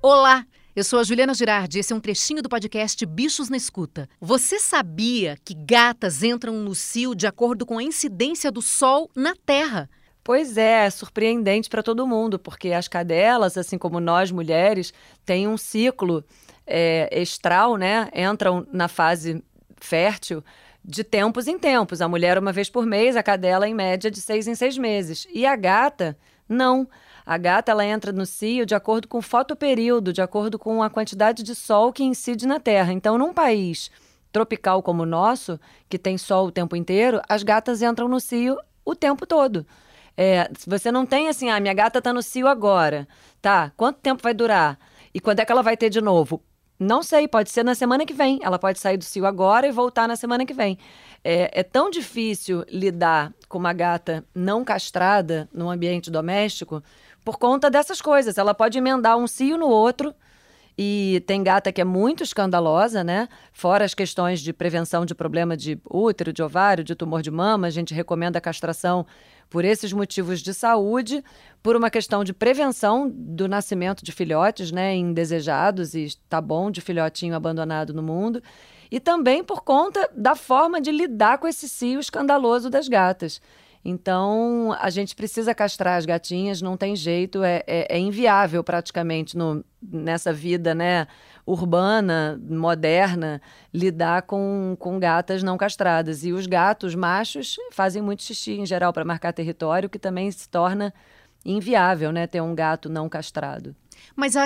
Olá, eu sou a Juliana Girardi, esse é um trechinho do podcast Bichos na Escuta. Você sabia que gatas entram no cio de acordo com a incidência do sol na Terra? Pois é surpreendente para todo mundo, porque as cadelas, assim como nós mulheres, têm um ciclo estral, né? Entram na fase fértil de tempos em tempos. A mulher uma vez por mês, a cadela em média de 6 em 6 meses. E a gata, não. A gata ela entra no cio de acordo com o fotoperíodo, de acordo com a quantidade de sol que incide na Terra. Então, num país tropical como o nosso, que tem sol o tempo inteiro, as gatas entram no cio o tempo todo. Você não tem assim, minha gata tá no cio agora, tá? Quanto tempo vai durar? E quando é que ela vai ter de novo? Não sei, pode ser na semana que vem. Ela pode sair do cio agora e voltar na semana que vem. É tão difícil lidar com uma gata não castrada no ambiente doméstico por conta dessas coisas. Ela pode emendar um cio no outro. E tem gata que é muito escandalosa, né? Fora as questões de prevenção de problema de útero, de ovário, de tumor de mama, a gente recomenda a castração por esses motivos de saúde, por uma questão de prevenção do nascimento de filhotes, né, indesejados, e tá bom de filhotinho abandonado no mundo, e também por conta da forma de lidar com esse cio escandaloso das gatas. Então, a gente precisa castrar as gatinhas, não tem jeito, é inviável praticamente nessa vida, né, urbana, moderna, lidar com gatas não castradas. E os gatos machos fazem muito xixi, em geral, para marcar território, que também se torna inviável, né, ter um gato não castrado. Mas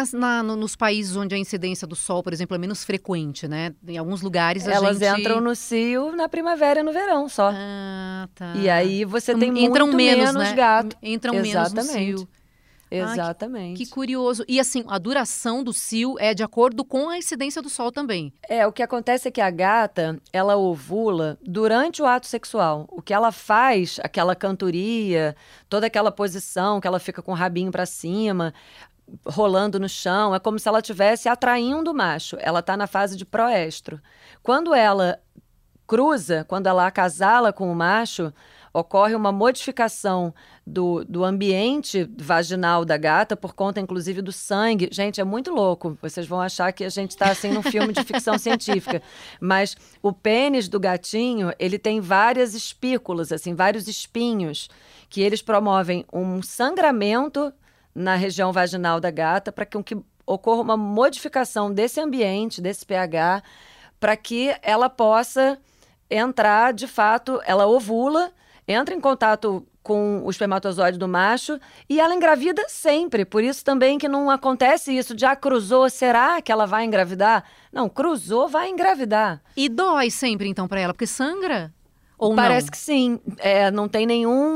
nos países onde a incidência do sol, por exemplo, é menos frequente, né? Em alguns lugares elas entram no cio na primavera e no verão só. Ah, tá. E aí você tem muito menos né? gato. Entram Exatamente. menos no cio. Exatamente. Que curioso. E assim, a duração do cio é de acordo com a incidência do sol também. O que acontece é que a gata, ela ovula durante o ato sexual. O que ela faz, aquela cantoria, toda aquela posição que ela fica com o rabinho para cima, rolando no chão, é como se ela estivesse atraindo o macho. Ela está na fase de proestro. Quando ela cruza, quando ela acasala com o macho, ocorre uma modificação do ambiente vaginal da gata, por conta, inclusive, do sangue. Gente, é muito louco. Vocês vão achar que a gente está, assim, num filme de ficção científica. Mas o pênis do gatinho, ele tem várias espículas, assim, vários espinhos, que eles promovem um sangramento na região vaginal da gata, para que ocorra uma modificação desse ambiente, desse pH, para que ela possa entrar, de fato, ela ovula, entra em contato com o espermatozoide do macho e ela engravida sempre. Por isso também que não acontece isso de cruzou, será que ela vai engravidar? Não, cruzou, vai engravidar. E dói sempre, então, para ela, porque sangra? Ou Parece não? que sim. Não tem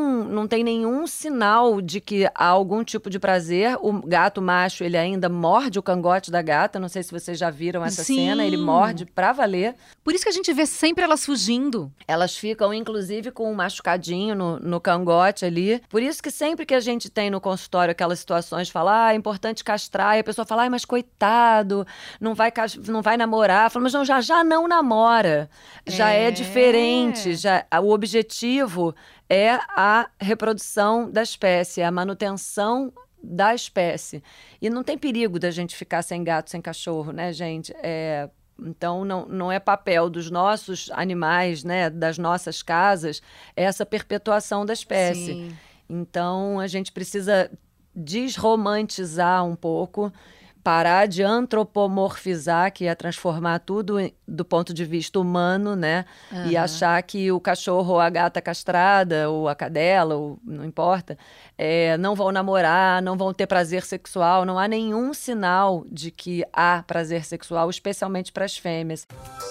nenhum sinal de que há algum tipo de prazer. O gato macho, ele ainda morde o cangote da gata. Não sei se vocês já viram essa cena. Ele morde pra valer. Por isso que a gente vê sempre elas fugindo. Elas ficam, inclusive, com um machucadinho no cangote ali. Por isso que sempre que a gente tem no consultório aquelas situações, fala, é importante castrar. E a pessoa fala, mas coitado, não vai namorar. Fala, mas não, já não namora. Já é diferente, o objetivo é a reprodução da espécie, a manutenção da espécie. E não tem perigo da gente ficar sem gato, sem cachorro, né, gente? Então, não é papel dos nossos animais, né, das nossas casas, essa perpetuação da espécie. Sim. Então, a gente precisa desromantizar um pouco, parar de antropomorfizar, que é transformar tudo do ponto de vista humano, né? E achar que o cachorro ou a gata castrada, ou a cadela, ou não importa, não vão namorar, não vão ter prazer sexual. Não há nenhum sinal de que há prazer sexual, especialmente para as fêmeas.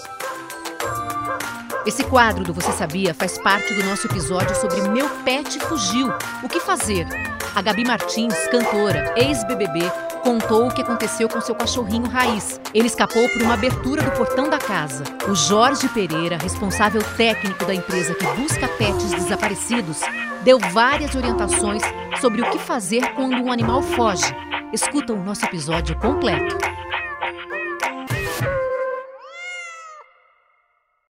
Esse quadro do Você Sabia faz parte do nosso episódio sobre Meu Pet Fugiu. O que fazer? A Gabi Martins, cantora, ex-BBB, contou o que aconteceu com seu cachorrinho Raiz. Ele escapou por uma abertura do portão da casa. O Jorge Pereira, responsável técnico da empresa que busca pets desaparecidos, deu várias orientações sobre o que fazer quando um animal foge. Escuta o nosso episódio completo.